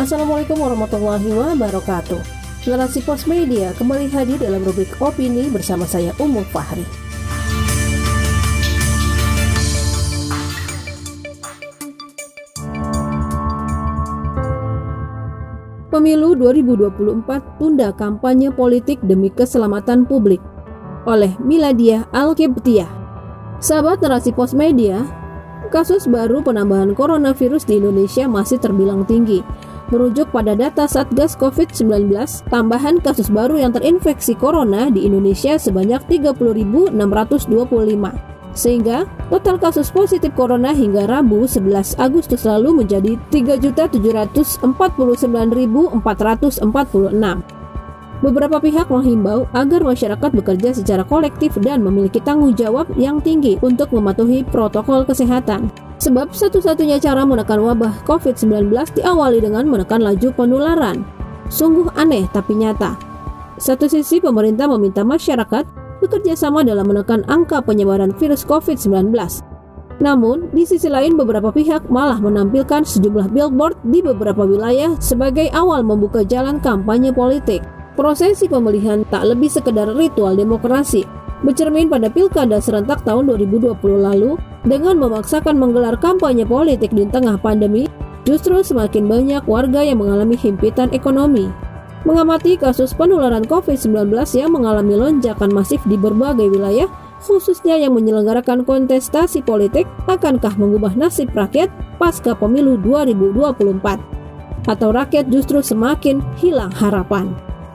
Assalamualaikum warahmatullahi wabarakatuh. Narasi Pos Media kembali hadir dalam rubrik opini bersama saya Umu Fahri. Pemilu 2024 tunda kampanye politik demi keselamatan publik oleh Miladia Al-Kibtiyah. Sahabat Narasi Pos Media, kasus baru penambahan coronavirus di Indonesia masih terbilang tinggi. Merujuk pada data Satgas COVID-19, tambahan kasus baru yang terinfeksi corona di Indonesia sebanyak 30.625. Sehingga total kasus positif corona hingga Rabu 11 Agustus lalu menjadi 3.749.446. Beberapa pihak menghimbau agar masyarakat bekerja secara kolektif dan memiliki tanggung jawab yang tinggi untuk mematuhi protokol kesehatan. Sebab satu-satunya cara menekan wabah COVID-19 diawali dengan menekan laju penularan. Sungguh aneh tapi nyata. Satu sisi pemerintah meminta masyarakat bekerja sama dalam menekan angka penyebaran virus COVID-19. Namun, di sisi lain beberapa pihak malah menampilkan sejumlah billboard di beberapa wilayah sebagai awal membuka jalan kampanye politik. Prosesi pemilihan tak lebih sekedar ritual demokrasi, bercermin pada pilkada serentak tahun 2020 lalu. Dengan memaksakan menggelar kampanye politik di tengah pandemi, justru semakin banyak warga yang mengalami himpitan ekonomi. Mengamati kasus penularan COVID-19 yang mengalami lonjakan masif di berbagai wilayah, khususnya yang menyelenggarakan kontestasi politik, akankah mengubah nasib rakyat pasca pemilu 2024? Atau rakyat justru semakin hilang harapan?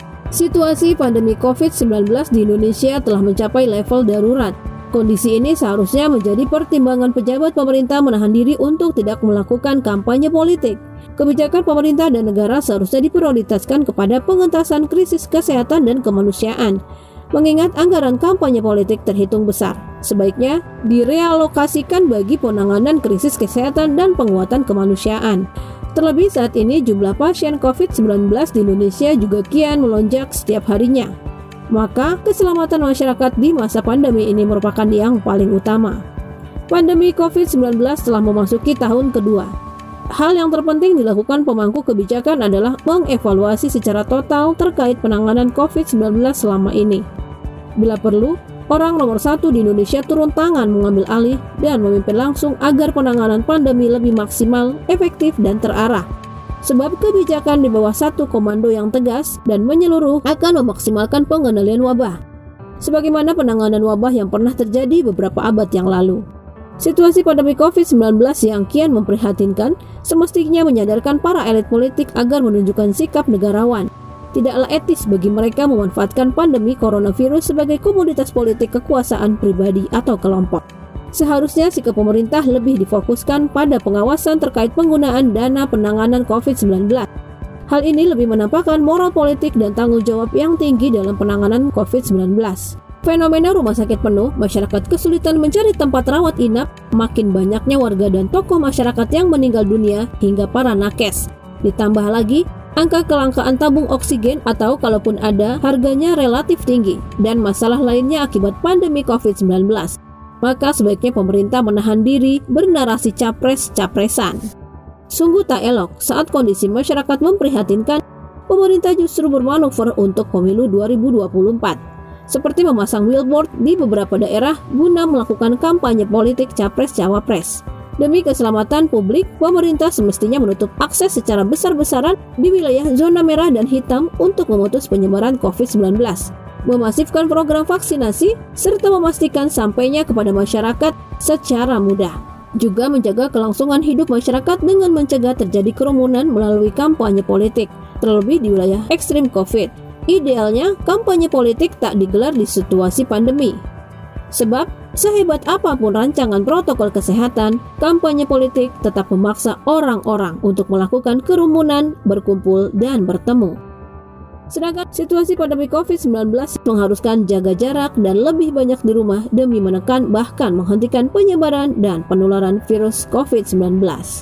Situasi pandemi COVID-19 di Indonesia telah mencapai level darurat. Kondisi ini seharusnya menjadi pertimbangan pejabat pemerintah menahan diri untuk tidak melakukan kampanye politik. Kebijakan pemerintah dan negara seharusnya diprioritaskan kepada pengentasan krisis kesehatan dan kemanusiaan. Mengingat anggaran kampanye politik terhitung besar, sebaiknya direalokasikan bagi penanganan krisis kesehatan dan penguatan kemanusiaan. Terlebih saat ini jumlah pasien COVID-19 di Indonesia juga kian melonjak setiap harinya. Maka keselamatan masyarakat di masa pandemi ini merupakan yang paling utama. Pandemi COVID-19 telah memasuki tahun kedua. Hal yang terpenting dilakukan pemangku kebijakan adalah mengevaluasi secara total terkait penanganan COVID-19 selama ini. Bila perlu, orang nomor satu di Indonesia turun tangan mengambil alih dan memimpin langsung agar penanganan pandemi lebih maksimal, efektif, dan terarah. Sebab kebijakan di bawah satu komando yang tegas dan menyeluruh akan memaksimalkan pengendalian wabah, sebagaimana penanganan wabah yang pernah terjadi beberapa abad yang lalu. Situasi pandemi COVID-19 yang kian memprihatinkan semestinya menyadarkan para elit politik agar menunjukkan sikap negarawan. Tidaklah etis bagi mereka memanfaatkan pandemi coronavirus sebagai komoditas politik kekuasaan pribadi atau kelompok. Seharusnya sikap pemerintah lebih difokuskan pada pengawasan terkait penggunaan dana penanganan COVID-19. Hal ini lebih menampakkan moral politik dan tanggung jawab yang tinggi dalam penanganan COVID-19. Fenomena rumah sakit penuh, masyarakat kesulitan mencari tempat rawat inap, makin banyaknya warga dan tokoh masyarakat yang meninggal dunia hingga para nakes. Ditambah lagi, angka kelangkaan tabung oksigen atau kalaupun ada, harganya relatif tinggi, dan masalah lainnya akibat pandemi COVID-19. Maka sebaiknya pemerintah menahan diri bernarasi capres-capresan. Sungguh tak elok saat kondisi masyarakat memprihatinkan, pemerintah justru bermanuver untuk pemilu 2024. Seperti memasang billboard di beberapa daerah guna melakukan kampanye politik capres-cawapres. Demi keselamatan publik, pemerintah semestinya menutup akses secara besar-besaran di wilayah zona merah dan hitam untuk memutus penyebaran COVID-19. Memasifkan program vaksinasi, serta memastikan sampainya kepada masyarakat secara mudah. Juga menjaga kelangsungan hidup masyarakat dengan mencegah terjadi kerumunan melalui kampanye politik, terlebih di wilayah ekstrim COVID. Idealnya, kampanye politik tak digelar di situasi pandemi. Sebab, sehebat apapun rancangan protokol kesehatan, kampanye politik tetap memaksa orang-orang untuk melakukan kerumunan, berkumpul, dan bertemu. Sedangkan situasi pandemi COVID-19 mengharuskan jaga jarak dan lebih banyak di rumah demi menekan bahkan menghentikan penyebaran dan penularan virus COVID-19.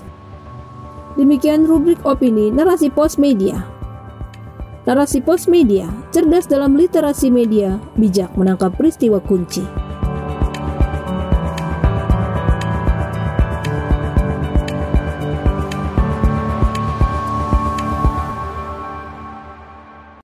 Demikian rubrik opini Narasi Pos Media. Narasi Pos Media, cerdas dalam literasi media, bijak menangkap peristiwa kunci.